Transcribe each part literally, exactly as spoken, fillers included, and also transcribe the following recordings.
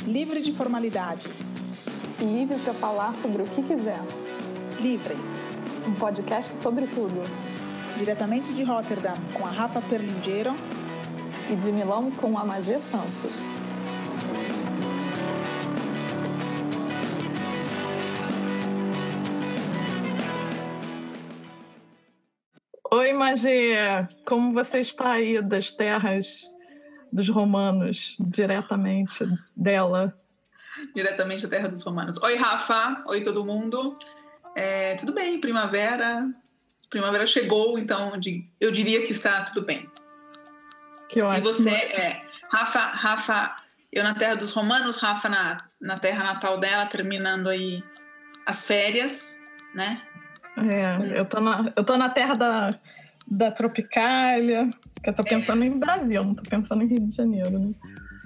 livre de formalidades. Livre para falar sobre o que quiser. Livre. Um podcast sobre tudo. Diretamente de Rotterdam, com a Rafa Perlingeiro. E de Milão, com a Magê Santos. Oi, Magê! Como você está aí das terras dos romanos, diretamente dela? Diretamente da terra dos romanos. Oi, Rafa! Oi, todo mundo! É, tudo bem, primavera. Primavera chegou, então eu diria que está tudo bem. Que ótimo. E você, é, Rafa, Rafa, eu na terra dos romanos, Rafa na, na terra natal dela, terminando aí as férias, né? É, Com... eu, tô na, eu tô na terra da, da Tropicália, que eu tô pensando é. em Brasil, não tô pensando em Rio de Janeiro, né?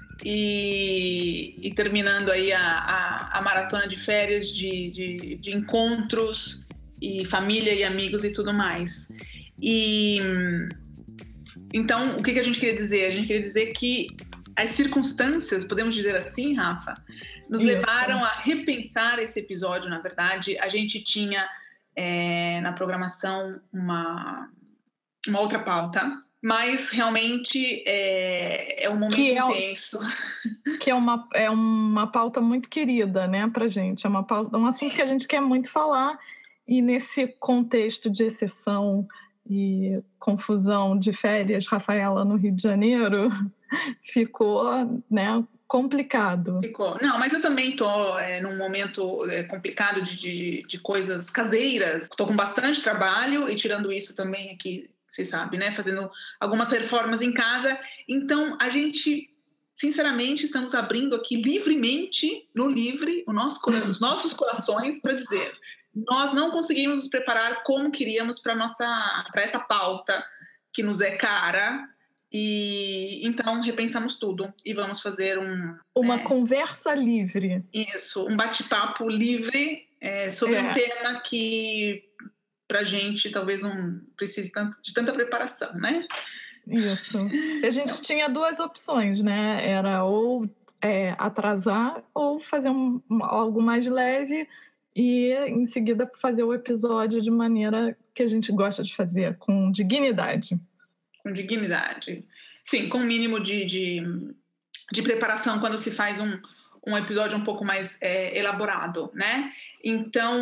E, e terminando aí a, a, a maratona de férias, de, de, de encontros, e família e amigos e tudo mais. E então, o que, que a gente queria dizer? A gente queria dizer que as circunstâncias, podemos dizer assim, Rafa, nos Isso. levaram a repensar esse episódio. Na verdade, a gente tinha é, na programação uma, uma outra pauta, mas realmente é, é um momento que é intenso. O, que é uma, é uma pauta muito querida, né, pra gente. É uma pauta, um assunto que a gente quer muito falar, e nesse contexto de exceção e confusão de férias, Rafaela, no Rio de Janeiro, ficou, né, complicado. Ficou. Não, mas eu também tô é, num momento é, complicado de, de, de coisas caseiras. Tô com bastante trabalho e tirando isso também aqui, você sabe, né, fazendo algumas reformas em casa. Então, a gente, sinceramente, estamos abrindo aqui livremente, no livre, o nosso, os nossos corações para dizer... Nós não conseguimos nos preparar como queríamos para nossa, para essa pauta que nos é cara, e então repensamos tudo e vamos fazer um uma é, conversa livre. Isso, um bate-papo livre é, sobre é. um tema que para gente talvez não precise tanto, de tanta preparação, né? Isso. E a gente então, tinha duas opções, né? Era ou é, atrasar ou fazer um, algo mais leve. E, em seguida, fazer o episódio de maneira que a gente gosta de fazer, com dignidade. Com dignidade. Sim, com o um mínimo de, de, de preparação quando se faz um, um episódio um pouco mais é, elaborado, né? Então,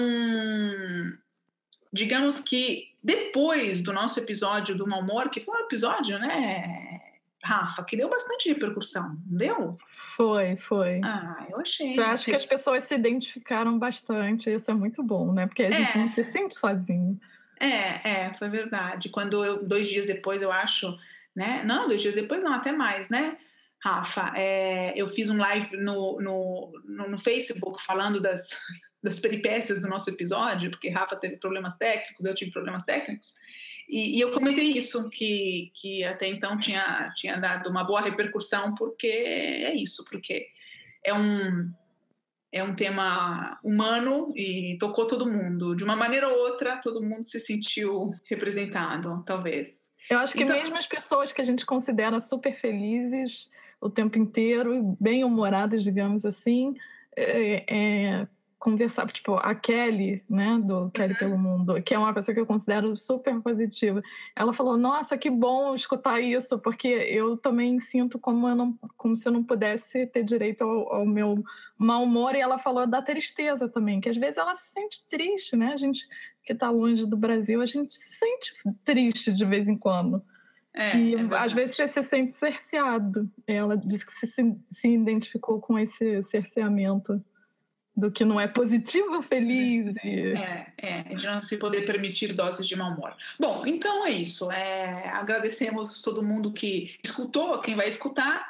digamos que depois do nosso episódio do mau humor, que foi um episódio, né, Rafa, que deu bastante repercussão, não deu? Foi, foi. Ah, eu achei. Eu acho Você... que as pessoas se identificaram bastante, isso é muito bom, né? Porque a gente é. não se sente sozinho. É, é, foi verdade. Quando eu, dois dias depois, eu acho, né? Não, dois dias depois não, até mais, né, Rafa? É, eu fiz um live no, no, no, no Facebook falando das, das peripécias do nosso episódio, porque Rafa teve problemas técnicos, eu tive problemas técnicos. E, e eu comentei isso, que, que até então tinha, tinha dado uma boa repercussão, porque é isso, porque é um, é um tema humano e tocou todo mundo. De uma maneira ou outra, todo mundo se sentiu representado, talvez. Eu acho que então, mesmo as pessoas que a gente considera super felizes o tempo inteiro, bem-humoradas, digamos assim, é, é, conversar, tipo, a Kelly, né, do Kelly uhum. pelo Mundo, que é uma pessoa que eu considero super positiva. Ela falou, nossa, que bom escutar isso, porque eu também sinto como, eu não, como se eu não pudesse ter direito ao, ao meu mau humor, e ela falou da tristeza também, que às vezes ela se sente triste, né, a gente que está longe do Brasil, a gente se sente triste de vez em quando. É, e é às vezes você se sente cerceado. Ela disse que se, se identificou com esse cerceamento do que não é positivo, feliz. E... É, é, de não se poder permitir doses de mau humor. Bom, então é isso. É, agradecemos todo mundo que escutou, quem vai escutar.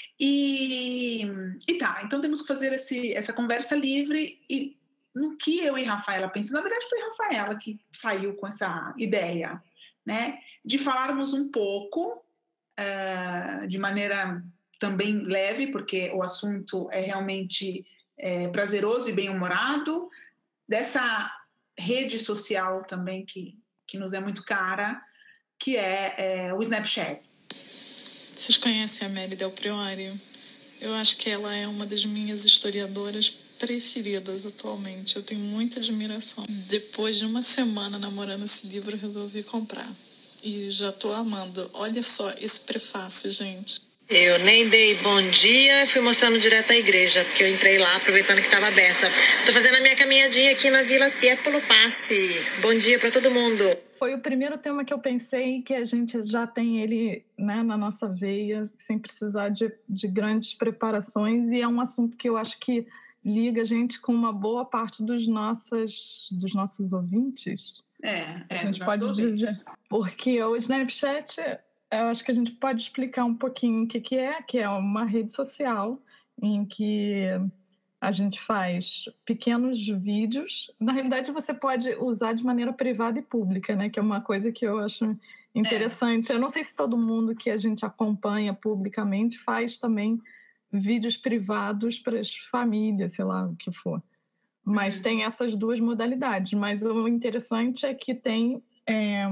E, e tá, então temos que fazer esse, essa conversa livre. E no que eu e Rafaela pensamos, na verdade foi Rafaela que saiu com essa ideia, né? De falarmos um pouco, uh, de maneira também leve, porque o assunto é realmente... É, prazeroso e bem-humorado, dessa rede social também que, que nos é muito cara, que é, é o Snapchat. Vocês conhecem a Mary Del Priori? Eu acho que ela é uma das minhas historiadoras preferidas atualmente. Eu tenho muita admiração. Depois de uma semana namorando esse livro, eu resolvi comprar. E já tô amando. Olha só esse prefácio, gente. Eu nem dei bom dia, fui mostrando direto à igreja, porque eu entrei lá aproveitando que estava aberta. Tô fazendo a minha caminhadinha aqui na Vila Tiepolo Passe. Bom dia para todo mundo. Foi o primeiro tema que eu pensei que a gente já tem ele, né, na nossa veia, sem precisar de, de grandes preparações, e é um assunto que eu acho que liga a gente com uma boa parte dos, nossas, dos nossos ouvintes. É, é a gente pode dizer. Porque o Snapchat, eu acho que a gente pode explicar um pouquinho o que, que é, que é uma rede social em que a gente faz pequenos vídeos. Na realidade, você pode usar de maneira privada e pública, né? Que é uma coisa que eu acho interessante. É. Eu não sei se todo mundo que a gente acompanha publicamente faz também vídeos privados para as famílias, sei lá, o que for. Mas hum. tem essas duas modalidades. Mas o interessante é que tem... É,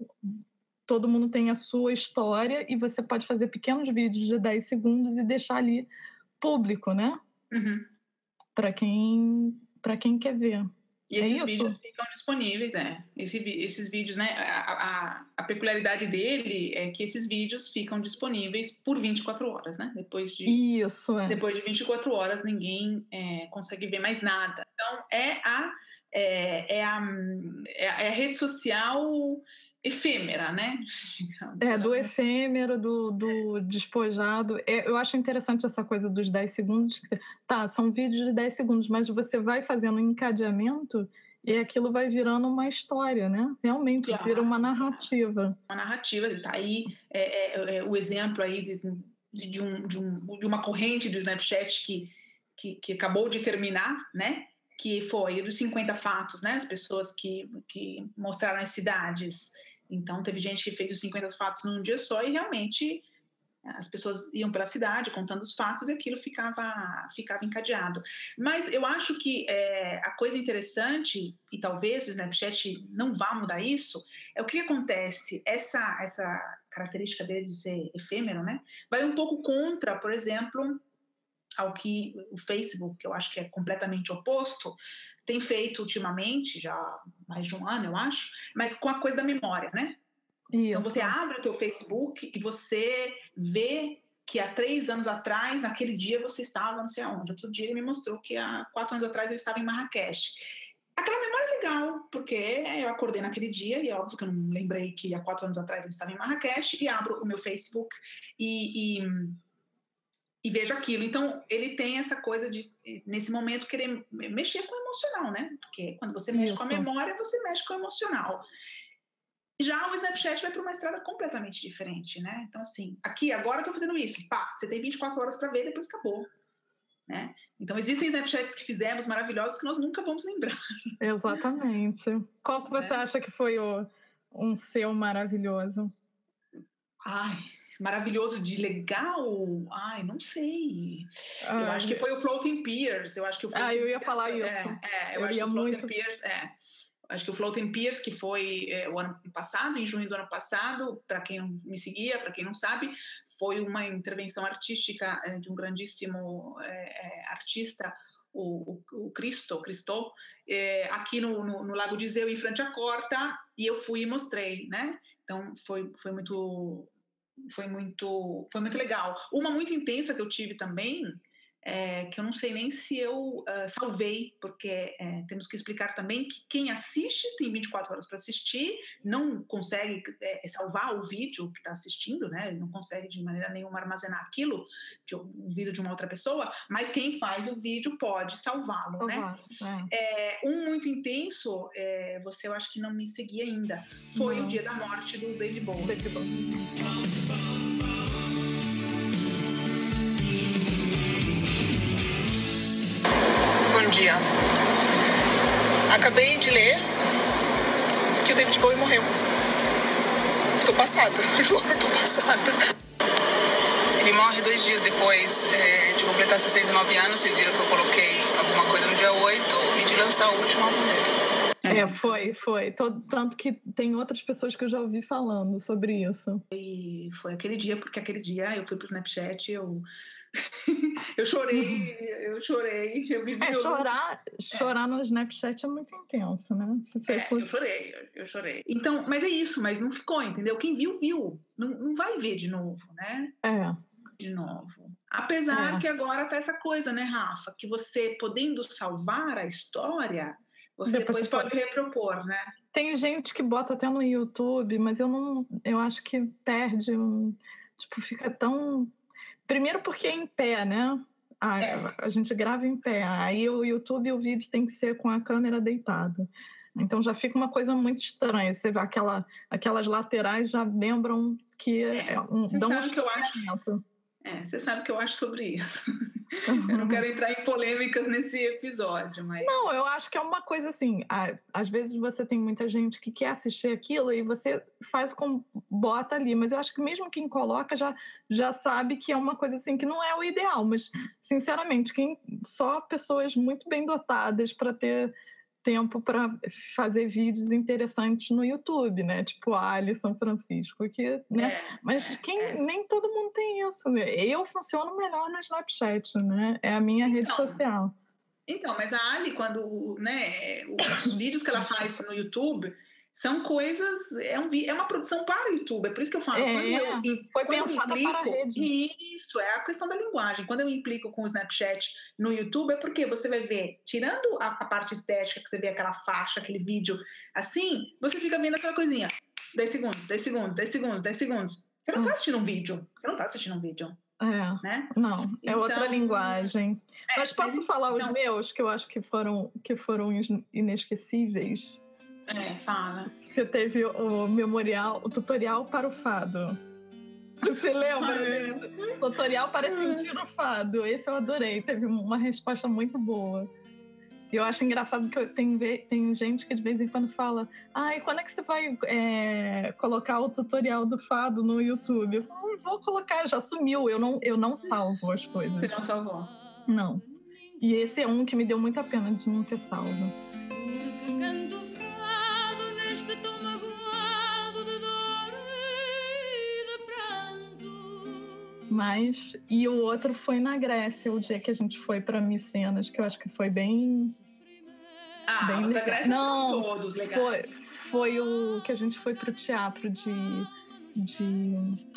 todo mundo tem a sua história e você pode fazer pequenos vídeos de dez segundos e deixar ali público, né? Uhum. Para quem, para quem quer ver. E esses é vídeos ficam disponíveis, é. Esse, esses vídeos, né? A, a, a peculiaridade dele é que esses vídeos ficam disponíveis por vinte e quatro horas, né? Depois de, Isso, é. Depois de vinte e quatro horas, ninguém é, consegue ver mais nada. Então, é a, é, é a, é a rede social efêmera, né? É, do efêmero, do, do despojado. É, eu acho interessante essa coisa dos dez segundos. Tá, são vídeos de dez segundos, mas você vai fazendo um encadeamento e aquilo vai virando uma história, né? Realmente, claro, vira uma narrativa. Uma narrativa, está aí é, é, é, o exemplo aí de, de, de, um, de, um, de uma corrente do Snapchat que, que, que acabou de terminar, né? Que foi dos cinquenta fatos, né? As pessoas que, que mostraram as cidades. Então, teve gente que fez os cinquenta fatos num dia só e realmente as pessoas iam pela cidade contando os fatos e aquilo ficava, ficava encadeado. Mas eu acho que é, a coisa interessante, e talvez o Snapchat não vá mudar isso, é o que acontece. Essa, essa característica dele de ser efêmero, né? Vai um pouco contra, por exemplo, ao que o Facebook, que eu acho que é completamente oposto, tem feito ultimamente, já há mais de um ano, eu acho, mas com a coisa da memória, né? Isso. Então, você abre o teu Facebook e você vê que há três anos atrás, naquele dia, você estava não sei aonde. Outro dia ele me mostrou que há quatro anos atrás eu estava em Marrakech. Aquela memória é legal, porque eu acordei naquele dia e é óbvio que eu não lembrei que há quatro anos atrás eu estava em Marrakech e abro o meu Facebook e... e e vejo aquilo. Então, ele tem essa coisa de, nesse momento, querer mexer com o emocional, né? Porque quando você mexe Isso. com a memória, você mexe com o emocional. Já o Snapchat vai para uma estrada completamente diferente, né? Então, assim, aqui, agora eu tô fazendo isso. Pá, você tem vinte e quatro horas para ver e depois acabou. Né? Então, existem Snapchats que fizemos maravilhosos que nós nunca vamos lembrar. Exatamente. Qual que você é. acha que foi o, um seu maravilhoso? Ai... maravilhoso de legal? Ai, não sei. Ai. Eu acho que foi o Floating Piers. Eu acho que o ah, eu ia Piers, falar isso. É, é, eu, eu acho ia que o Floating muito... Piers, é. Acho que o Floating Piers, que foi é, o ano passado, em junho do ano passado, para quem não me seguia, para quem não sabe, foi uma intervenção artística é, de um grandíssimo é, é, artista, o, o, o Cristo, Cristo é, aqui no, no, no Lago de Zeu, em frente à Corta, e eu fui e mostrei, né? Então, foi, foi muito... Foi muito, foi muito legal. Uma muito intensa que eu tive também, é, que eu não sei nem se eu uh, salvei, porque é, temos que explicar também que quem assiste tem vinte e quatro horas para assistir, não consegue é, salvar o vídeo que está assistindo, né? Ele não consegue de maneira nenhuma armazenar aquilo, de, o vídeo de uma outra pessoa, mas quem faz o vídeo pode salvá-lo, Salvar, né? É. É, um muito intenso, é, você eu acho que não me seguia ainda, foi não. o dia da morte do David Bowie. David Bowie. Bom dia. Acabei de ler que o David Bowie morreu. Tô passada, juro, tô passada. Ele morre dois dias depois é, de completar sessenta e nove anos. Vocês viram que eu coloquei alguma coisa no dia oito e de lançar o último álbum dele. É, foi, foi. Tanto que tem outras pessoas que eu já ouvi falando sobre isso. E foi aquele dia, porque aquele dia eu fui pro Snapchat, eu Eu chorei, eu chorei, eu vivi... É, meu... chorar, chorar é. no Snapchat é muito intenso, né? Se você é, fosse... eu chorei, eu, eu chorei. Então, mas é isso, mas não ficou, entendeu? Quem viu, viu. Não, não vai ver de novo, né? É. De novo. Apesar é. que agora tá essa coisa, né, Rafa? Que você, podendo salvar a história, você depois, depois você pode repropor, né? Tem gente que bota até no YouTube, mas eu não... Eu acho que perde um... Tipo, fica tão... Primeiro porque é em pé, né? A, é. a gente grava em pé. Aí o YouTube, o vídeo tem que ser com a câmera deitada. Então já fica uma coisa muito estranha. Você vê aquela, aquelas laterais já lembram que é, é um, você dão sabe um que eu acho. É, você sabe o que eu acho sobre isso. Eu não quero entrar em polêmicas nesse episódio, mas... Não, eu acho que é uma coisa assim, às vezes você tem muita gente que quer assistir aquilo e você faz com... bota ali, mas eu acho que mesmo quem coloca já, já sabe que é uma coisa assim que não é o ideal, mas sinceramente, quem, só pessoas muito bem dotadas para ter tempo para fazer vídeos interessantes no YouTube, né? Tipo a Alisson Francisco, que, né? É, Mas é, quem, é. nem todo mundo tem isso, né? Eu funciono melhor no Snapchat, né? É a minha rede então, social. Então, mas a Ali, quando, né, os vídeos que ela faz no YouTube são coisas, é, um, é uma produção para o YouTube, é por isso que eu falo, é, quando eu, foi quando pensada eu implico, para a rede. Isso, é a questão da linguagem. Quando eu implico com o Snapchat no YouTube, é porque você vai ver, tirando a, a parte estética, que você vê aquela faixa, aquele vídeo assim, você fica vendo aquela coisinha, dez segundos, dez segundos, dez segundos, dez segundos. Você não está assistindo um vídeo, você não está assistindo um vídeo. É, né? Não, é então, outra linguagem. É, mas posso mas, falar então, os meus, que eu acho que foram, que foram inesquecíveis? É, fala. Que teve o memorial, o tutorial para o fado. Você lembra desse? Tutorial para sentir o fado. Esse eu adorei, teve uma resposta muito boa. E eu acho engraçado que tem, tem gente que de vez em quando fala: ah, e quando é que você vai é, colocar o tutorial do fado no YouTube? Eu falo, vou colocar, já sumiu, eu não, eu não salvo as coisas. Você não salvou? Não. E esse é um que me deu muita pena de não ter salvo. Porque canto fado neste tom magoado de dor e de pranto. Mas, e o outro foi na Grécia, o dia que a gente foi para Micenas, que eu acho que foi bem... Ah, bem os da Grécia não, foram todos legais. Foi, foi o que a gente foi pro teatro de, de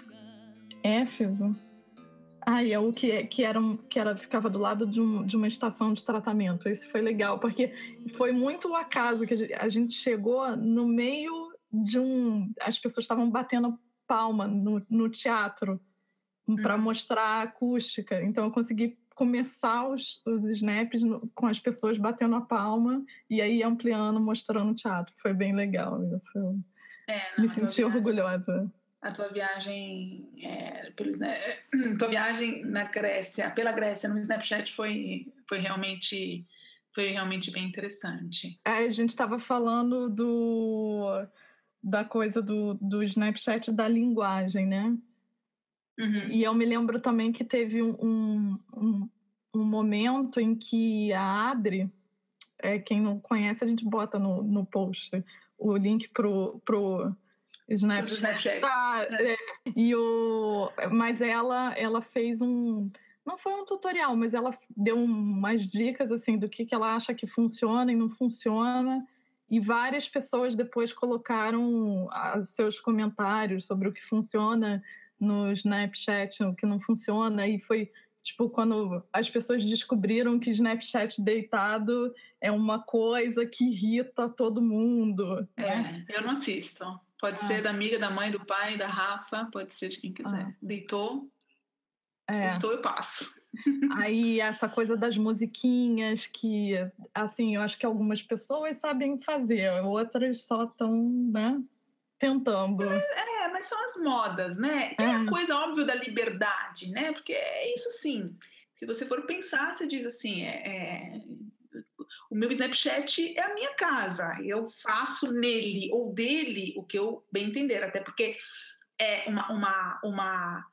Éfeso. Ah, e é o que, que, era, que era, ficava do lado de, um, de uma estação de tratamento. Esse foi legal, porque foi muito o acaso que a gente, a gente chegou no meio de um... As pessoas estavam batendo palma no, no teatro para hum. mostrar a acústica. Então eu consegui começar os, os snaps no, com as pessoas batendo a palma e aí ampliando, mostrando o teatro. Foi bem legal isso. Eu é, não, me senti orgulhosa. A tua viagem é, pelo, tua viagem na Grécia, pela Grécia no Snapchat foi, foi, realmente, foi realmente bem interessante. É, a gente estava falando do, da coisa do, do Snapchat, da linguagem, né? Uhum. E eu me lembro também que teve um, um, um momento em que a Adri, é, quem não conhece, a gente bota no, no post o link pro... pro Snapchat. Snapchat. Tá, é, e o, mas ela, ela fez um... Não foi um tutorial, mas ela deu umas dicas assim, do que, que ela acha que funciona e não funciona. E várias pessoas depois colocaram os seus comentários sobre o que funciona no Snapchat, o que não funciona. E foi tipo quando as pessoas descobriram que Snapchat deitado é uma coisa que irrita todo mundo. É, né? Eu não assisto. Pode ah. ser da amiga, da mãe, do pai, da Rafa, pode ser de quem quiser. Ah. Deitou, é. deitou, eu passo. Aí essa coisa das musiquinhas que, assim, eu acho que algumas pessoas sabem fazer, outras só estão, né, tentando. É, mas são as modas, né? É, é a coisa óbvia da liberdade, né? Porque é isso sim. Se você for pensar, você diz assim, é... é... o meu Snapchat é a minha casa, eu faço nele ou dele o que eu bem entender, até porque é uma, uma, uma,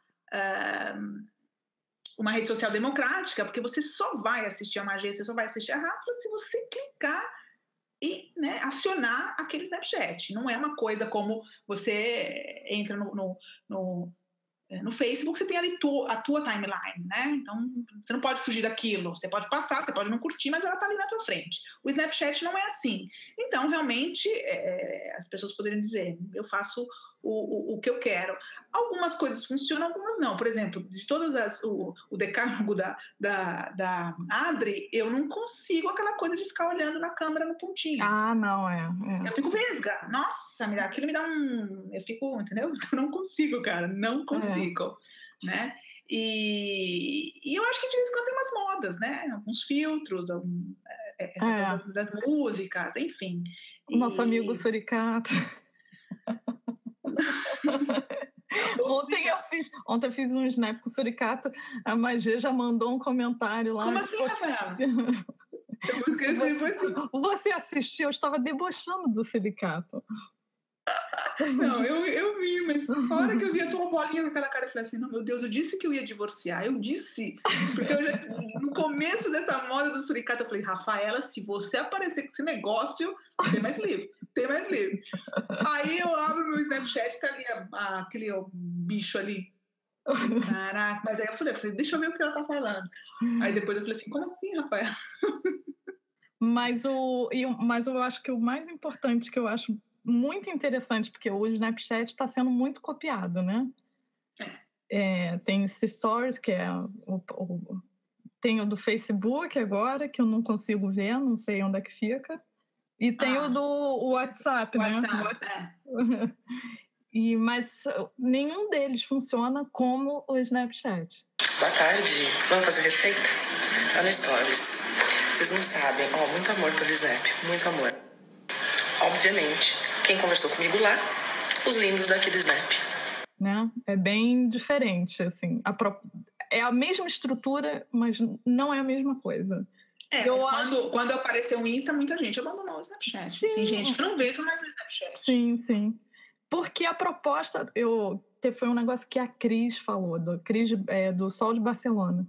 uh, uma rede social democrática, porque você só vai assistir a Magê, você só vai assistir a Rafa se você clicar e, né, acionar aquele Snapchat. Não é uma coisa como você entra no, no, no No Facebook você tem ali tu, a tua timeline, né? Então você não pode fugir daquilo. Você pode passar, você pode não curtir, mas ela tá ali na tua frente. O Snapchat não é assim. Então, realmente, é, as pessoas poderiam dizer, eu faço o, o, o que eu quero. Algumas coisas funcionam, algumas não. Por exemplo, de todas as... O, o decálogo da, da, da Adri, eu não consigo aquela coisa de ficar olhando na câmera no pontinho. Ah, não, é. é. Eu fico vesga. Nossa, me dá, aquilo me dá um... Eu fico, entendeu? Eu não consigo, cara. Não consigo, é. né? E, e eu acho que de vez em quando tem umas modas, né? Alguns filtros, algum, essa É. coisa das, das músicas, enfim. O nosso e... amigo Suricato. Ontem eu fiz, ontem eu fiz um snap com o Suricato, a Magê já mandou um comentário lá. Como assim, tipo, Rafaela? assim. Você assistiu? Eu estava debochando do Suricato. Não, eu, eu vi, mas na hora que eu vi a tua bolinha com aquela cara, eu falei assim, não, meu Deus, eu disse que eu ia divorciar, eu disse, porque eu já, no começo dessa moda do Suricato, eu falei, Rafaela, se você aparecer com esse negócio, tem mais livro, tem mais livro. Aí eu abro meu Snapchat, tá ali a, a, aquele ó, bicho ali. Caraca, mas aí eu falei, eu falei, deixa eu ver o que ela tá falando. Aí depois eu falei assim, como assim, Rafaela? Mas, o, e, mas eu acho que o mais importante, que eu acho muito interessante, porque o Snapchat está sendo muito copiado, né? É, tem esse Stories, que é o, o, tem o do Facebook agora, que eu não consigo ver, não sei onde é que fica. E tem ah, o do WhatsApp, WhatsApp, né? É. E, mas nenhum deles funciona como o Snapchat. Boa tarde. Vamos fazer receita? Tá no Stories. Vocês não sabem. Ó, oh, muito amor pelo Snap. Muito amor. Obviamente, quem conversou comigo lá, os lindos daquele Snap. Né? É bem diferente, assim. A pro... É a mesma estrutura, mas não é a mesma coisa. É, eu quando, acho... quando apareceu o Insta, muita gente abandonou o Snapchat. Sim. Tem gente que eu não vejo mais o Snapchat. Sim, sim. Porque a proposta... Eu, foi um negócio que a Cris falou, do, Cris, é, do Sol de Barcelona.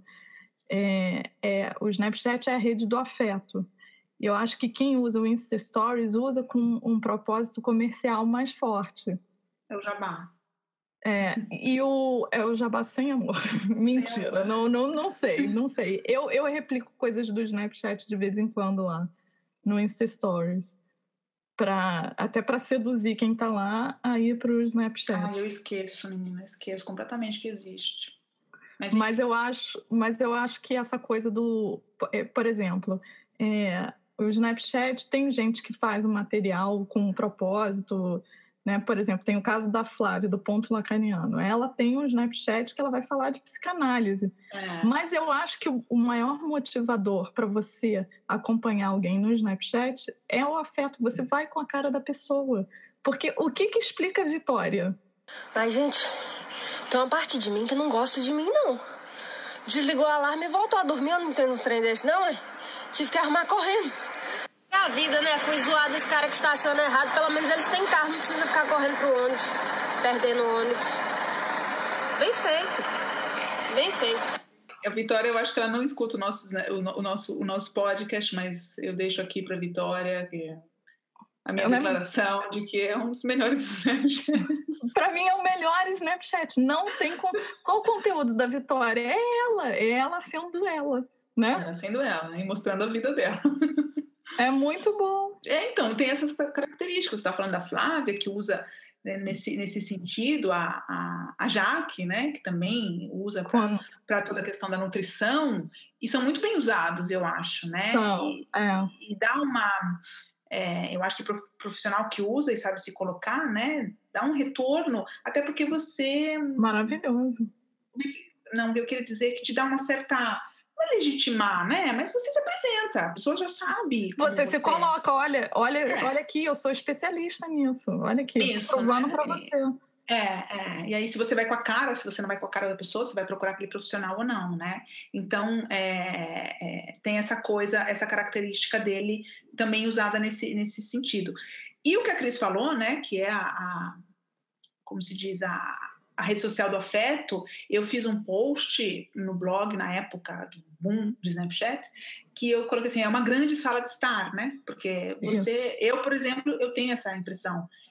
É, é, o Snapchat é a rede do afeto. E eu acho que quem usa o Insta Stories usa com um propósito comercial mais forte. É o jabá. É, e o, é o jabá sem amor. Mentira, sem amor. Não, não, não sei, não sei. Eu, eu replico coisas do Snapchat de vez em quando lá, no Insta Stories. Pra, até para seduzir quem tá lá a ir pro Snapchat. Ah, eu esqueço, menina, eu esqueço completamente que existe. Mas, mas, eu, acho, mas eu acho que essa coisa do... Por exemplo, é, o Snapchat tem gente que faz um material com um propósito... Né? Por exemplo, tem o caso da Flávia, do Ponto Lacaniano. Ela tem um Snapchat que ela vai falar de psicanálise. É. Mas eu acho que o maior motivador para você acompanhar alguém no Snapchat é o afeto. Você vai com a cara da pessoa. Porque o que, que explica a Vitória? Mas, gente, tem uma parte de mim que não gosta de mim, não. Desligou o alarme e voltou a dormir. Eu não entendo um trem desse, não, hein? Tive que arrumar correndo. É a vida, né? Fui zoado dos caras que estacionam errado. Pelo menos eles têm carro, não precisa ficar correndo pro ônibus, perdendo o ônibus. Bem feito. Bem feito. A Vitória, eu acho que ela não escuta o nosso, o nosso, o nosso podcast, mas eu deixo aqui pra Vitória que a minha eu declaração lembro... de que é um dos melhores Snapchats. Pra mim é o melhor Snapchat. Não tem... Com... Qual o conteúdo da Vitória? É ela. É ela sendo ela, né? Ela sendo ela, e mostrando a vida dela. É muito bom. É, então, tem essas características. Você está falando da Flávia, que usa, né, nesse, nesse sentido, a, a, a Jaque, né, que também usa para toda a questão da nutrição, e são muito bem usados, eu acho, né? São, e, é. e dá uma... É, eu acho que o profissional que usa e sabe se colocar, né, dá um retorno, até porque você... Maravilhoso. Não, eu queria dizer que te dá uma certa... Não é legitimar, né? Mas você se apresenta, a pessoa já sabe. Você, você se coloca, olha, olha, é. olha aqui, eu sou especialista nisso. Olha aqui, Isso, eu tô provando né? pra você. É, é, e aí se você vai com a cara, se você não vai com a cara da pessoa, você vai procurar aquele profissional ou não, né? Então, é, é, tem essa coisa, essa característica dele também usada nesse, nesse sentido. E o que a Cris falou, né, que é a, a como se diz, a... a rede social do afeto, eu fiz um post no blog na época do boom do Snapchat, que eu coloquei assim, é uma grande sala de estar, né? Porque você, Isso. eu, por exemplo, eu tenho essa impressão,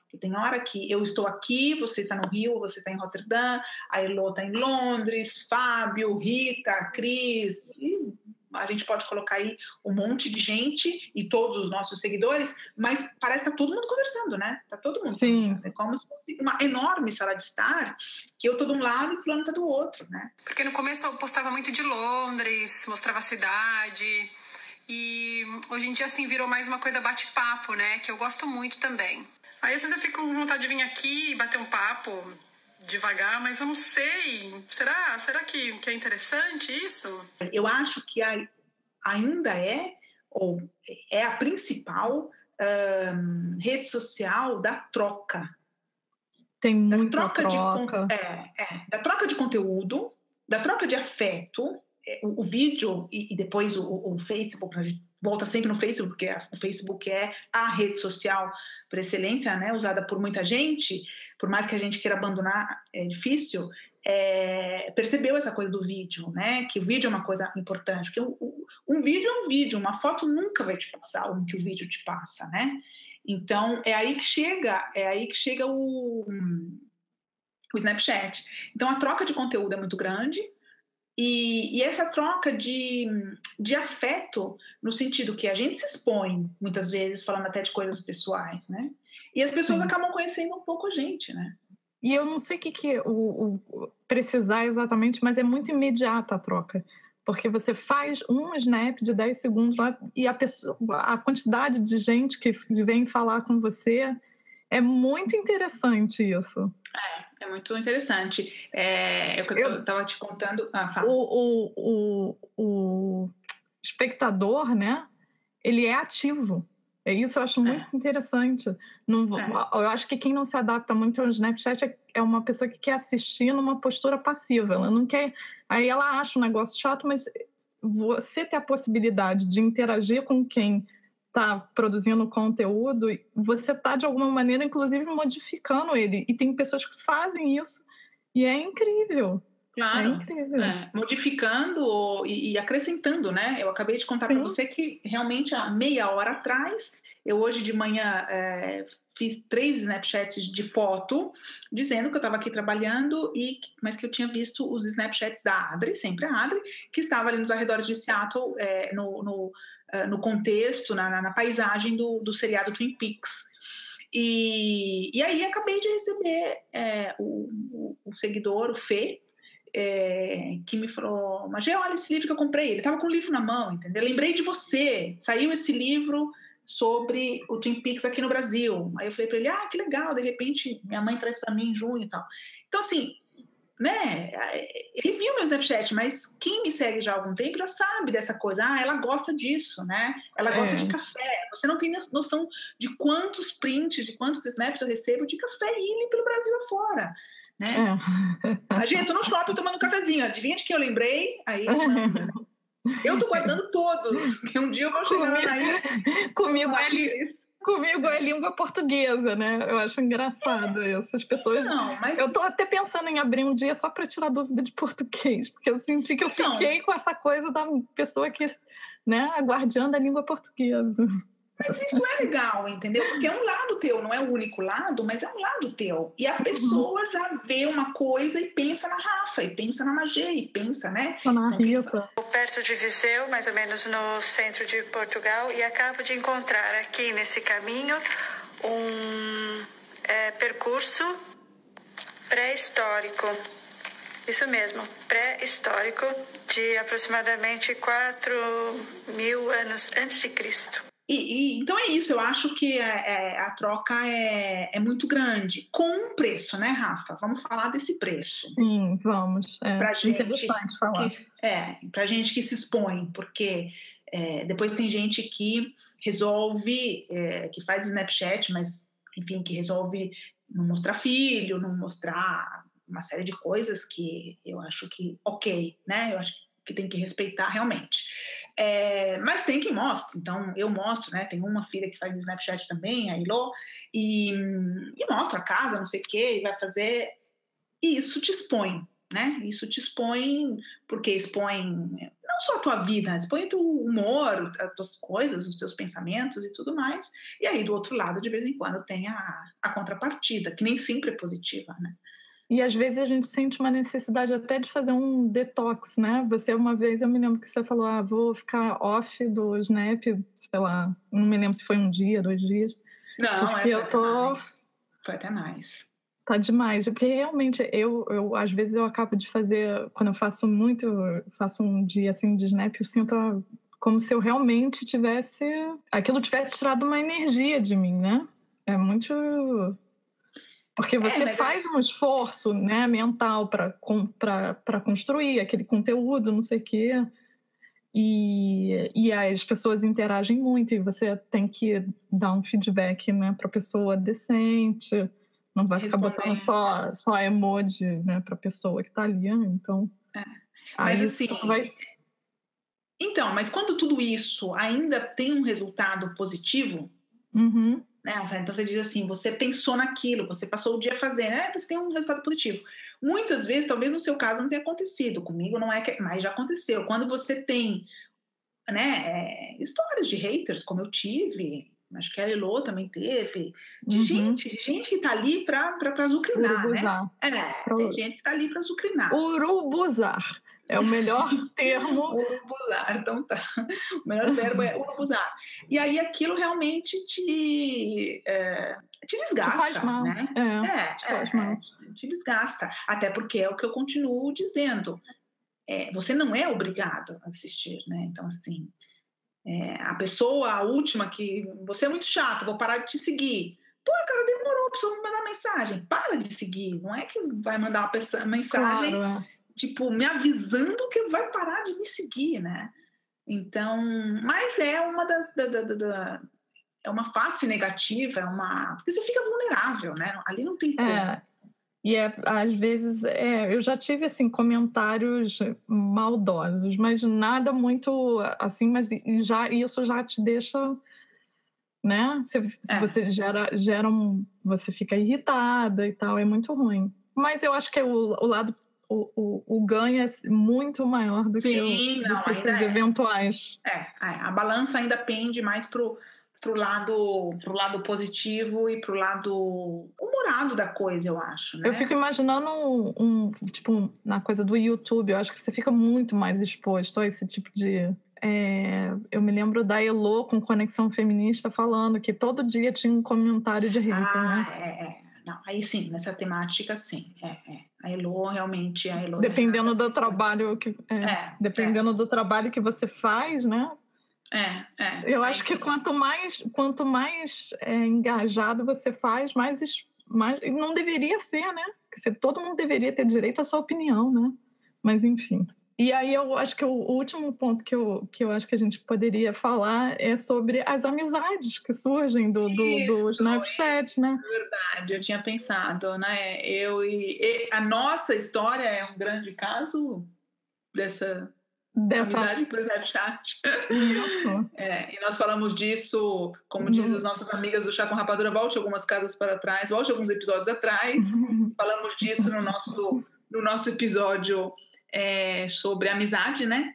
Que tem hora que eu estou aqui, você está no Rio, você está em Roterdã, a Elô está em Londres, Fábio, Rita, Cris, e a gente pode colocar aí um monte de gente e todos os nossos seguidores, mas parece que tá todo mundo conversando, né? Tá todo mundo Sim. conversando. É como se fosse uma enorme sala de estar, que eu tô de um lado e fulano tá do outro, né? Porque no começo eu postava muito de Londres, mostrava a cidade, e hoje em dia, assim, virou mais uma coisa bate-papo, né? Que eu gosto muito também. Aí às vezes eu fico com vontade de vir aqui e bater um papo devagar, mas eu não sei. Será, será que, que é interessante isso? Eu acho que a, ainda é, ou é a principal um, rede social da troca. Tem muita da troca. troca. De, é, é, da troca de conteúdo, da troca de afeto, é, o, o vídeo e, e depois o, o Facebook, a gente volta sempre no Facebook, porque a, o Facebook é a rede social por excelência, né, usada por muita gente, por mais que a gente queira abandonar, é difícil, é, percebeu essa coisa do vídeo, né, que o vídeo é uma coisa importante, porque o, o, um vídeo é um vídeo, uma foto nunca vai te passar o que o vídeo te passa, né, então é aí que chega, é aí que chega o, o Snapchat. Então a troca de conteúdo é muito grande, E, e essa troca de, de afeto, no sentido que a gente se expõe, muitas vezes, falando até de coisas pessoais, né? E as pessoas Sim. acabam conhecendo um pouco a gente, né? E eu não sei o que, que é o, o precisar exatamente, mas é muito imediata a troca. Porque você faz um snap de dez segundos lá e a, pessoa, a quantidade de gente que vem falar com você é muito interessante isso. É, é muito interessante. É, é o que eu estava te contando. Ah, fala. O, o, o, o espectador, né? Ele é ativo. É isso eu acho muito é. interessante. Não, é. Eu acho que quem não se adapta muito ao Snapchat é, é uma pessoa que quer assistir numa postura passiva. Ela não quer. Aí ela acha um negócio chato, mas você ter a possibilidade de interagir com quem está produzindo conteúdo, você está de alguma maneira inclusive modificando ele, e tem pessoas que fazem isso e é incrível. Claro, é incrível. É, modificando e, e acrescentando, né? Eu acabei de contar para você que realmente há meia hora atrás, eu hoje de manhã é, fiz três Snapchats de foto, dizendo que eu estava aqui trabalhando, e, mas que eu tinha visto os Snapchats da Adri, sempre a Adri, que estava ali nos arredores de Seattle, é, no, no no contexto, na, na paisagem do, do seriado Twin Peaks. E, e aí acabei de receber é, o, o, o seguidor, o Fê, é, que me falou, mas olha esse livro que eu comprei, ele estava com o livro na mão, entendeu? Lembrei de você, saiu esse livro sobre o Twin Peaks aqui no Brasil. Aí eu falei para ele, ah, que legal, de repente minha mãe traz para mim em junho e tal. Então assim, né, ele viu meu Snapchat, mas quem me segue já há algum tempo já sabe dessa coisa, ah, ela gosta disso, né, ela gosta é. de café, você não tem noção de quantos prints, de quantos snaps eu recebo de café Ilha pelo Brasil afora, né, é. A gente, eu tô no shopping tomando um cafezinho, adivinha de que eu lembrei, aí eu mando, né? Eu tô guardando todos, que um dia eu vou chegar comigo, aí. Comigo é, li, comigo é língua portuguesa, né? Eu acho engraçado é. isso. As pessoas. Não, mas... Eu tô até pensando em abrir um dia só para tirar dúvida de português, porque eu senti que eu então... fiquei com essa coisa da pessoa que, né, a guardiã da língua portuguesa. Mas isso é legal, entendeu? Porque é um lado teu, não é o único lado, mas é um lado teu. E a pessoa já vê uma coisa e pensa na Rafa, e pensa na Magê, e pensa, né? Na Rita. Estou perto de Viseu, mais ou menos no centro de Portugal, e acabo de encontrar aqui nesse caminho um é, percurso pré-histórico. Isso mesmo, pré-histórico, de aproximadamente quatro mil anos antes de Cristo. E, e, então é isso, eu acho que é, é, a troca é, é muito grande, com um preço, né, Rafa? Vamos falar desse preço. Sim, vamos. É pra gente interessante falar. Que, é, pra gente que se expõe, porque é, depois tem gente que resolve, é, que faz Snapchat, mas, enfim, que resolve não mostrar filho, não mostrar uma série de coisas que eu acho que, ok, né? Eu acho que que tem que respeitar realmente. É, mas tem quem mostra, então eu mostro, né? Tem uma filha que faz Snapchat também, a Ilô, e, e mostra a casa, não sei o quê, e vai fazer. E isso te expõe, né? Isso te expõe, porque expõe não não só a tua vida, expõe o teu humor, as tuas coisas, os teus pensamentos e tudo mais. E aí, do outro lado, de vez em quando, tem a, a contrapartida, que nem sempre é positiva, né? E às vezes a gente sente uma necessidade até de fazer um detox, né? Você, uma vez, eu me lembro que você falou, ah, vou ficar off do Snap, sei lá, não me lembro se foi um dia, dois dias. Não, porque é, foi eu tô... até mais. Foi até mais. Tá demais, porque realmente eu, eu, às vezes eu acabo de fazer, quando eu faço muito, faço um dia assim de Snap, eu sinto a, como se eu realmente tivesse, aquilo tivesse tirado uma energia de mim, né? É muito... Porque você é, faz é... um esforço, né, mental para construir aquele conteúdo, não sei o quê, e, e as pessoas interagem muito, e você tem que dar um feedback, né, para a pessoa decente, não vai ficar botando só, só emoji, né, para a pessoa que está ali, então... É. Mas aí assim... tudo vai... Então, mas quando tudo isso ainda tem um resultado positivo... Uhum. Né? Então você diz assim, você pensou naquilo, você passou o dia fazendo, né? Você tem um resultado positivo. Muitas vezes, talvez no seu caso não tenha acontecido, comigo não é, que, mas já aconteceu. Quando você tem, né, é, histórias de haters, como eu tive, acho que a Elô também teve, de uhum. gente, de gente que tá ali para azucrinar, Urubuzar. né? É, Pro... tem gente que tá ali para azucrinar. Urubuzar. É o melhor termo. Urubuzar, então tá. O melhor verbo é urubuzar. E aí aquilo realmente te, é, te desgasta, te faz mal. né? É, é, te faz é, mal. Te desgasta. Até porque é o que eu continuo dizendo. É, você não é obrigado a assistir, né? Então, assim, é, a pessoa, a última que... Você é muito chato, vou parar de te seguir. Pô, cara, demorou, a pessoa me mandar mensagem. Para de seguir. Não é que vai mandar uma pessoa, mensagem... Claro, é. Tipo, me avisando que vai parar de me seguir, né? Então, mas é uma das... Da, da, da, da, é uma face negativa, é uma... Porque você fica vulnerável, né? Ali não tem como. É, e é, às vezes, é, eu já tive, assim, comentários maldosos, mas nada muito, assim, mas já, isso já te deixa... Né? Você, é. você gera, gera um... Você fica irritada e tal, é muito ruim. Mas eu acho que o, o lado... O, o, o ganho é muito maior do Sim, que, o, não, do que esses é. eventuais. É, é, a balança ainda pende mais pro, pro, lado, pro lado positivo e pro lado humorado da coisa, eu acho. Né? Eu fico imaginando, um, um, tipo, na coisa do YouTube, eu acho que você fica muito mais exposto a esse tipo de... É, eu me lembro da Elô com Conexão Feminista falando que todo dia tinha um comentário de hater, ah, né? É, é. Não, aí sim, nessa temática, sim. É, é. A Elô realmente... A Elô dependendo é do trabalho que... É, é, dependendo é. do trabalho que você faz, né? É, é. Eu aí acho que sim. quanto mais, quanto mais é, engajado você faz, mais, mais... Não deveria ser, né? Porque todo mundo deveria ter direito à sua opinião, né? Mas, enfim... E aí eu acho que o último ponto que eu, que eu acho que a gente poderia falar é sobre as amizades que surgem do, do, do Snapchat, né? Verdade, eu tinha pensado, né? Eu e, e a nossa história é um grande caso dessa, dessa... amizade por Snapchat. Isso. É, e nós falamos disso, como uhum. diz as nossas amigas do Chá com Rapadura, volte algumas casas para trás, volte alguns episódios atrás. Uhum. Falamos disso no nosso, no nosso episódio... É, sobre amizade, né?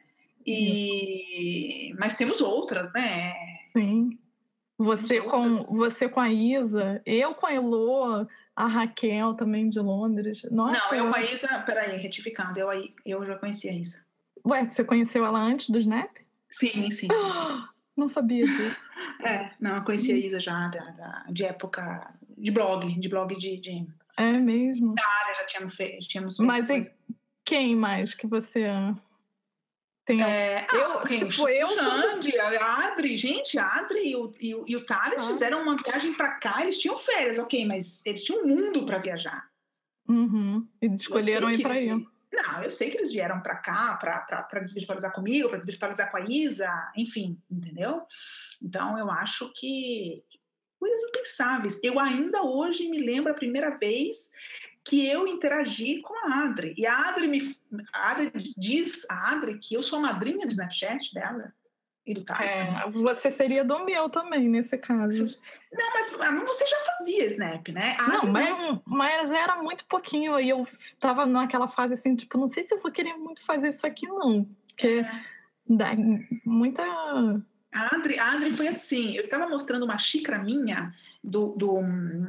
E... Mas temos outras, né? Sim. Você com, você com a Isa, eu com a Elô, a Raquel também de Londres. Nossa, não, eu com a Isa, peraí, retificando, eu, eu já conhecia a Isa. Ué, você conheceu ela antes do Snap? Sim, sim, sim. sim, sim. Não sabia disso. É, não, eu conhecia a Isa já da, da, de época de blog, de blog de... de... É mesmo? Da área já tínhamos feito. Já tínhamos feito Mas coisa. Quem mais que você tem? É, eu, ah, quem? Tipo, eu... Xande, a Adri, gente, a Adri e o, e o, e o Thales ah. fizeram uma viagem para cá, eles tinham férias, ok, mas eles tinham um mundo para viajar. Uhum. E escolheram ir para aí. Não, eu sei que eles vieram para cá para desvirtualizar comigo, para desvirtualizar com a Isa, enfim, entendeu? Então, eu acho que coisas impensáveis. Eu ainda hoje me lembro a primeira vez que eu interagi com a Adri. E a Adri, me, a Adri diz, a Adri, que eu sou madrinha do Snapchat dela e do Thales. É, você seria do meu também, nesse caso. Não, mas você já fazia Snap, né? A não, Adri, mas, não, mas era muito pouquinho. E eu tava naquela fase assim, tipo, não sei se eu vou querer muito fazer isso aqui, não. Porque... É. Da, muita... A Adri, a Adri foi assim, eu estava mostrando uma xícara minha do, do,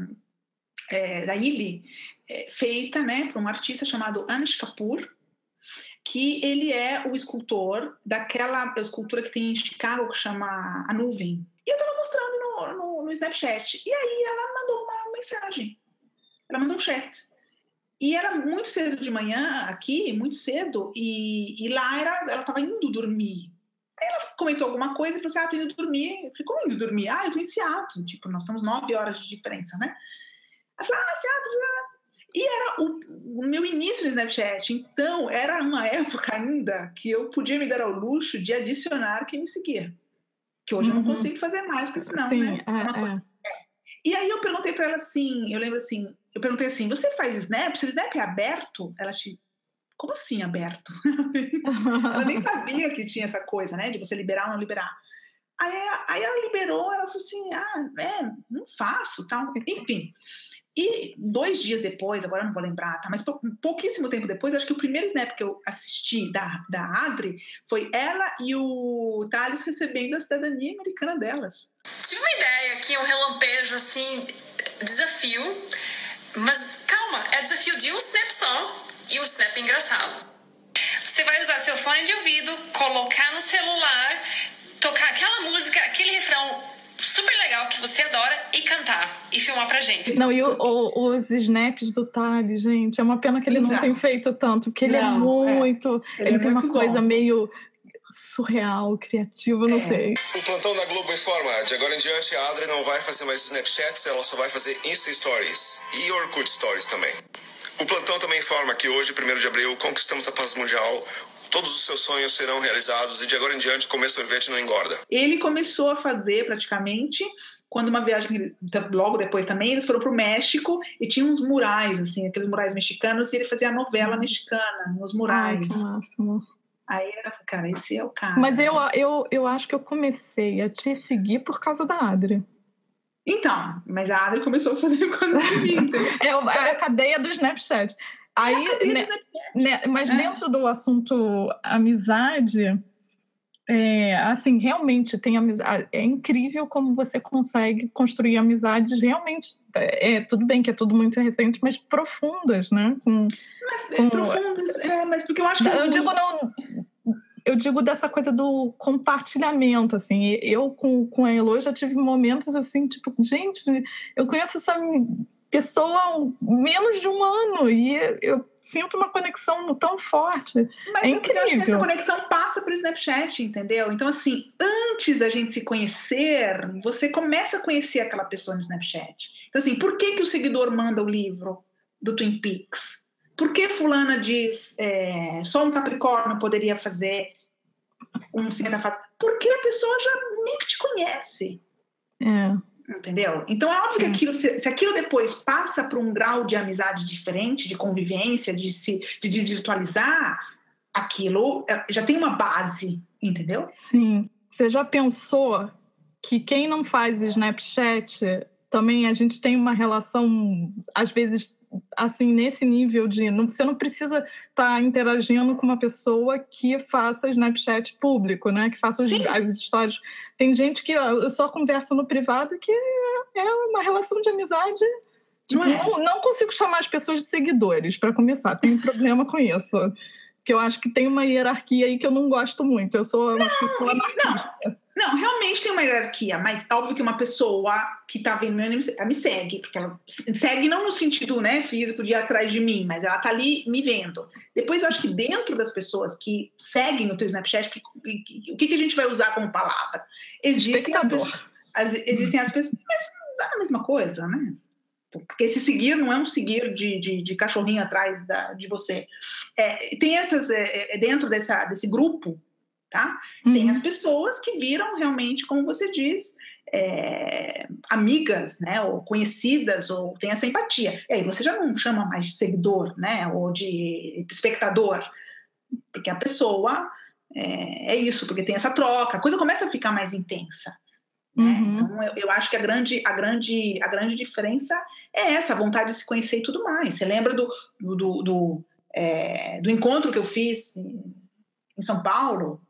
é, da Illy, é, feita, né, por um artista chamado Anish Kapoor, que ele é o escultor daquela escultura que tem em Chicago que chama A Nuvem. E eu estava mostrando no, no, no Snapchat. E aí ela mandou uma mensagem. Ela mandou um chat. E era muito cedo de manhã aqui, muito cedo, e, e lá era, ela estava indo dormir. Aí ela comentou alguma coisa e falou assim, ah, tô indo dormir. Eu falei, como indo dormir? Ah, eu tô em Seattle. Tipo, nós estamos nove horas de diferença, né? Ela falou, ah, Seattle. E era o, o meu início no Snapchat. Então, era uma época ainda que eu podia me dar ao luxo de adicionar quem me seguia. Que hoje uhum. eu não consigo fazer mais, porque senão, Sim, né? É, é uma é. coisa. E aí eu perguntei pra ela assim, eu lembro assim, eu perguntei assim, você faz Snap? Se o Snap é aberto? Ela te... Como assim aberto? Ela nem sabia que tinha essa coisa, né? De você liberar ou não liberar. Aí, aí ela liberou, ela falou assim, ah, é, não faço, tal. Enfim. E dois dias depois, agora eu não vou lembrar, tá? Mas um pouquíssimo tempo depois, acho que o primeiro Snap que eu assisti da, da Adri foi ela e o Thales recebendo a cidadania americana delas. Tive uma ideia aqui, um relampejo, assim, desafio, mas calma, é desafio de um Snap só. E o Snap é engraçado. Você vai usar seu fone de ouvido, colocar no celular, tocar aquela música, aquele refrão super legal que você adora e cantar e filmar pra gente. Não, e o, o, os snaps do Thales, gente, é uma pena que ele não, não tem feito tanto, porque ele não, é muito... É. Ele, ele é tem muito uma coisa bom. Meio surreal, criativa, não é. sei. O Plantão da Globo informa, de agora em diante a Adri não vai fazer mais Snapchats, ela só vai fazer Insta Stories e Orkut Stories também. O Plantão também informa que hoje, primeiro de abril, conquistamos a paz mundial, todos os seus sonhos serão realizados e de agora em diante comer sorvete não engorda. Ele começou a fazer praticamente, quando uma viagem, logo depois também, eles foram pro México e tinha uns murais, assim, aqueles murais mexicanos, e ele fazia a novela mexicana nos murais. Ai, que máximo. Aí era, cara, esse é o cara. Mas eu, eu, eu acho que eu comecei a te seguir por causa da Adri. Então, mas a Adri começou a fazer coisa de mim. É a cadeia do Snapchat. Aí, é né, né, mas é. dentro do assunto amizade, é, assim, realmente tem amizade. É incrível como você consegue construir amizades realmente. É, tudo bem que é tudo muito recente, mas profundas, né? Com, mas com, profundas, é, mas porque eu acho que. Eu alguns... digo não. Eu digo dessa coisa do compartilhamento, assim. Eu, com, com a Elo, já tive momentos, assim, tipo, gente, eu conheço essa pessoa há menos de um ano e eu sinto uma conexão tão forte. Mas é é incrível. Eu acho que essa conexão passa pelo Snapchat, entendeu? Então, assim, antes da gente se conhecer, você começa a conhecer aquela pessoa no Snapchat. Então, assim, por que que o seguidor manda o livro do Twin Peaks? Por que fulana diz é, só um Capricórnio poderia fazer um cinquenta fatos? Porque a pessoa já meio que te conhece. É. Entendeu? Então é óbvio que aquilo, se, se aquilo depois passa para um grau de amizade diferente, de convivência, de se de desvirtualizar, aquilo já tem uma base, entendeu? Sim. Você já pensou que quem não faz Snapchat, também a gente tem uma relação, às vezes, assim, nesse nível de... Não, você não precisa estar tá interagindo com uma pessoa que faça Snapchat público, né? Que faça os, as histórias. Tem gente que eu só converso no privado que é, é uma relação de amizade. Tipo, não, é. não, não consigo chamar as pessoas de seguidores, para começar. Tenho problema com isso. Porque eu acho que tem uma hierarquia aí que eu não gosto muito. Eu sou uma pessoa anarquista. Não. Não, realmente tem uma hierarquia, mas óbvio que uma pessoa que tá vendo meu anime, ela me segue, porque ela segue não no sentido, né, físico de ir atrás de mim, mas ela tá ali me vendo. Depois eu acho que dentro das pessoas que seguem o teu Snapchat, o que, que a gente vai usar como palavra? Existem as, pessoas, as, existem as pessoas, mas não é a mesma coisa, né? Porque esse seguir não é um seguir de, de, de cachorrinho atrás da, de você. É, tem essas, é, dentro dessa, desse grupo, tá? Uhum. Tem as pessoas que viram realmente, como você diz, é, amigas, né, ou conhecidas, ou tem essa empatia. E aí você já não chama mais de seguidor, né, ou de espectador, porque a pessoa é, é isso, porque tem essa troca, a coisa começa a ficar mais intensa. Né? Uhum. Então eu, eu acho que a grande, a, grande, a grande diferença é essa, a vontade de se conhecer e tudo mais. Você lembra do, do, do, do, é, do encontro que eu fiz em, em São Paulo?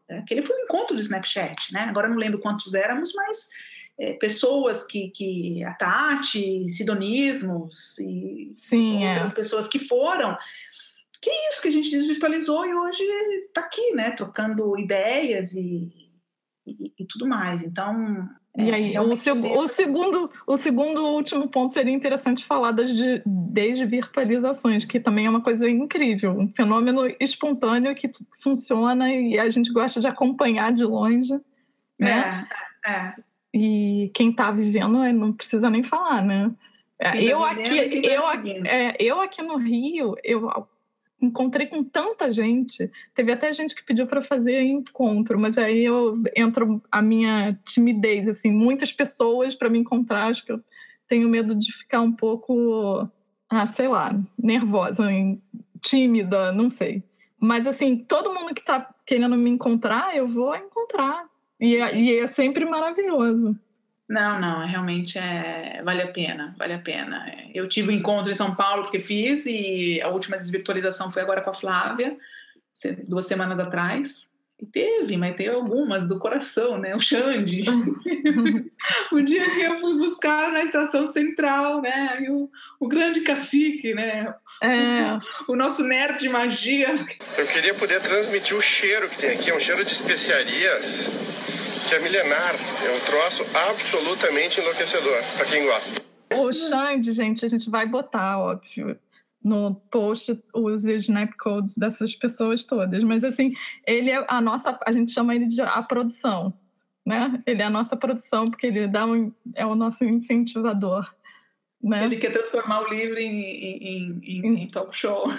Aquele foi um encontro do Snapchat, né? Agora não lembro quantos éramos, mas é, pessoas que, que... A Tati, Sidonismos e Sim, outras é. pessoas que foram... Que é isso que a gente desvirtualizou e hoje está aqui, né? Trocando ideias e, e, e tudo mais. Então... E aí, é, o, seg o, segundo, o segundo último ponto seria interessante falar das de desvirtualizações, que também é uma coisa incrível, um fenômeno espontâneo que funciona e a gente gosta de acompanhar de longe, né? É, é. E quem está vivendo não precisa nem falar, né? Quem eu, tá aqui, vivendo, quem eu, tá é, eu aqui no Rio, eu encontrei com tanta gente, teve até gente que pediu para fazer encontro, mas aí eu entro a minha timidez, assim, muitas pessoas para me encontrar, acho que eu tenho medo de ficar um pouco, ah, sei lá, nervosa, tímida, não sei. Mas assim, todo mundo que tá querendo me encontrar, eu vou encontrar. E é, e é sempre maravilhoso. Não, não, realmente é, vale a pena, vale a pena. Eu tive um encontro em São Paulo porque fiz e a última desvirtualização foi agora com a Flávia, duas semanas atrás. E teve, mas teve algumas do coração, né? O Xande. O dia que eu fui buscar na estação central, né? E o, o grande cacique, né? É. O, o nosso nerd de magia. Eu queria poder transmitir o cheiro que tem aqui, é um cheiro de especiarias que é milenar, é um troço absolutamente enlouquecedor, para quem gosta. O Xande, gente, a gente vai botar, óbvio, no post os snap codes dessas pessoas todas, mas assim, ele é a nossa, a gente chama ele de a produção, né? Ele é a nossa produção, porque ele dá um, é o nosso incentivador, né? Ele quer transformar o livro em, em, em, em talk show.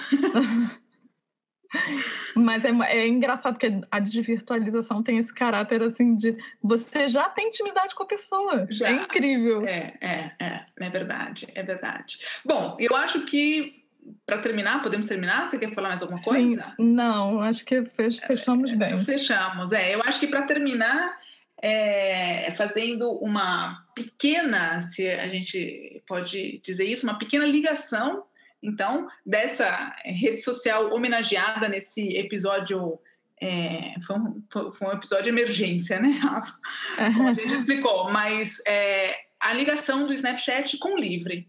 Mas é, é engraçado que a desvirtualização tem esse caráter assim de você já tem intimidade com a pessoa. Já. É incrível. É, é, é, é verdade, é verdade. Bom, eu acho que para terminar, podemos terminar? Você quer falar mais alguma Sim, coisa? Não, acho que fechamos é, bem. Fechamos, é. Eu acho que para terminar, é, fazendo uma pequena, se a gente pode dizer isso, uma pequena ligação, então, dessa rede social homenageada nesse episódio, é, foi, um, foi um episódio de emergência, né, Rafa? Como a gente explicou, mas é, a ligação do Snapchat com o Livre.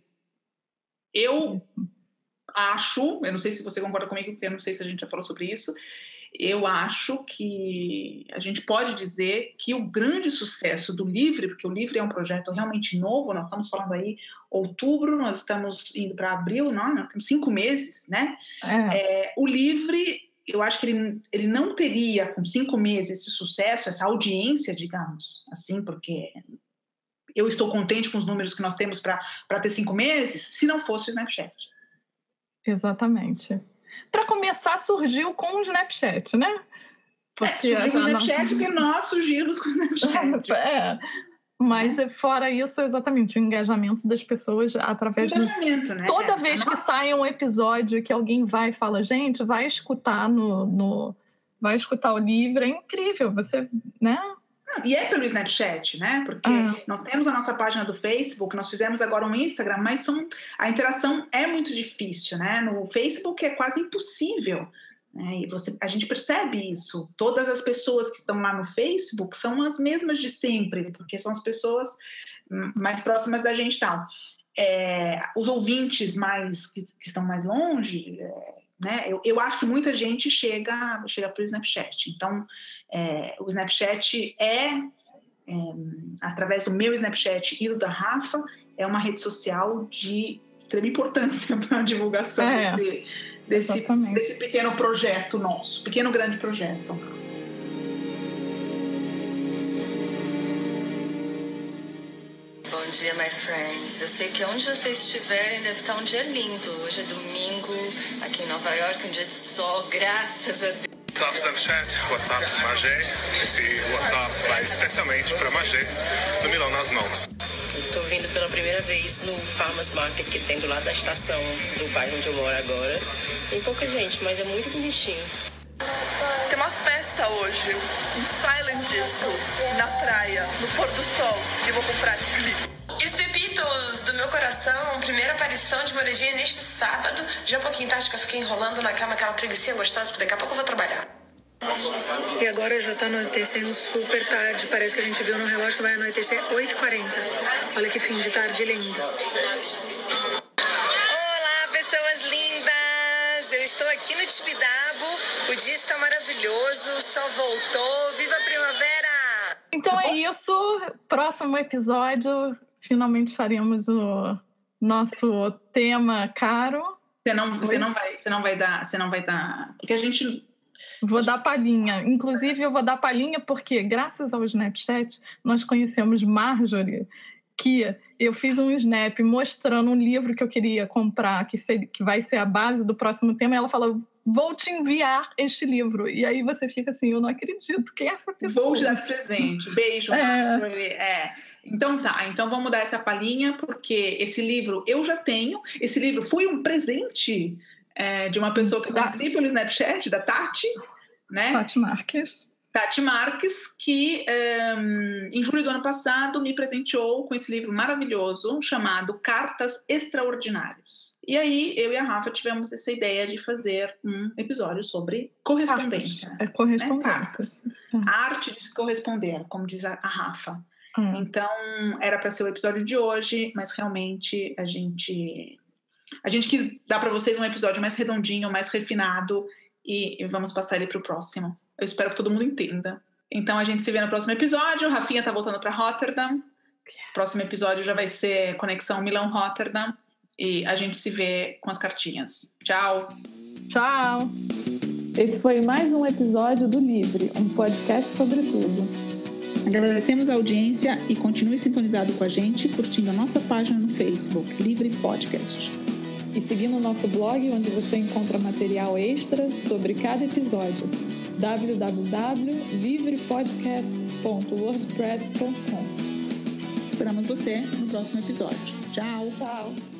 Eu acho, eu não sei se você concorda comigo, porque eu não sei se a gente já falou sobre isso, eu acho que a gente pode dizer que o grande sucesso do Livre, porque o Livre é um projeto realmente novo, nós estamos falando aí outubro, nós estamos indo para abril, não, nós temos cinco meses, né? É. É, o Livre, eu acho que ele, ele não teria com cinco meses esse sucesso, essa audiência, digamos assim, porque eu estou contente com os números que nós temos para ter cinco meses, se não fosse o Snapchat. Exatamente. Para começar, surgiu com o Snapchat, né? Porque é, surgiu com o Snapchat não... porque nós surgimos com o Snapchat. É, mas é. Fora isso, exatamente, o engajamento das pessoas através do... Engajamento, né? Toda vez que sai um episódio que alguém vai e fala, gente, vai escutar no... no... vai escutar o Livre, é incrível, você, né... E é pelo Snapchat, né? Porque ah. nós temos a nossa página do Facebook, nós fizemos agora um Instagram, mas são, a interação é muito difícil, né? No Facebook é quase impossível, né? E você, a gente percebe isso. Todas as pessoas que estão lá no Facebook são as mesmas de sempre, porque são as pessoas mais próximas da gente e tal. É, os ouvintes mais, que, que estão mais longe... É, né? Eu, eu acho que muita gente chega, chega para o Snapchat. Então, é, o Snapchat é, é, através do meu Snapchat e do da Rafa, é uma rede social de extrema importância para a divulgação é, desse, desse, desse pequeno projeto nosso, pequeno grande projeto. Bom dia, my friends. Eu sei que onde vocês estiverem deve estar um dia lindo. Hoje é domingo, aqui em Nova York, um dia de sol, graças a Deus. What's up, Snapchat? What's up, Magé? Esse WhatsApp vai especialmente para Magé, do Milão nas mãos. Estou vindo pela primeira vez no Farmers Market que tem do lado da estação do bairro onde eu moro agora. Tem pouca gente, mas é muito bonitinho. Tem uma festa hoje, um silent disco na praia, no pôr do sol, e vou comprar clipe. It's the Beatles, do meu coração, primeira aparição de Moredia neste sábado. Já um pouquinho tarde que eu fiquei enrolando na cama, aquela preguicinha gostosa, porque daqui a pouco eu vou trabalhar. E agora já tá anoitecendo super tarde. Parece que a gente viu no relógio que vai anoitecer oito e quarenta. Olha que fim de tarde lindo. Olá, pessoas lindas! Eu estou aqui no Tibidabo. O dia está maravilhoso, o sol voltou. Viva a primavera! Então é isso. Próximo episódio, finalmente faremos o nosso tema caro. Você não, você não vai, você não vai dar, você não vai dar, porque a gente Vou dar palhinha. Inclusive, eu vou dar palhinha porque, graças ao Snapchat, nós conhecemos Marjorie, que eu fiz um snap mostrando um livro que eu queria comprar, que, ser, que vai ser a base do próximo tema, e ela falou, vou te enviar este livro. E aí você fica assim, eu não acredito, quem é essa pessoa? Vou te dar presente. Beijo, é. Marjorie. É. Então tá, então vamos dar essa palhinha, porque esse livro eu já tenho. Esse livro foi um presente é, de uma pessoa que eu conheci pelo Snapchat, da Tati, né? Tati Marques. Tati Marques, que um, em julho do ano passado me presenteou com esse livro maravilhoso chamado Cartas Extraordinárias. E aí eu e a Rafa tivemos essa ideia de fazer um episódio sobre correspondência. É correspondência. Né? Cartas. A arte de corresponder, como diz a, a Rafa. Hum. Então era para ser o episódio de hoje, mas realmente a gente, a gente quis dar para vocês um episódio mais redondinho, mais refinado e, e vamos passar ele para o próximo. Eu espero que todo mundo entenda. Então a gente se vê no próximo episódio. Rafinha tá voltando para Rotterdam. Próximo episódio já vai ser Conexão Milão-Rotterdam. E a gente se vê com as cartinhas. Tchau. Tchau. Esse foi mais um episódio do Livre, um podcast sobre tudo. Agradecemos a audiência e continue sintonizado com a gente, curtindo a nossa página no Facebook, Livre Podcast. E seguindo o nosso blog, onde você encontra material extra sobre cada episódio. w w w ponto livre podcast ponto wordpress ponto com. Esperamos você no próximo episódio. Tchau. Tchau.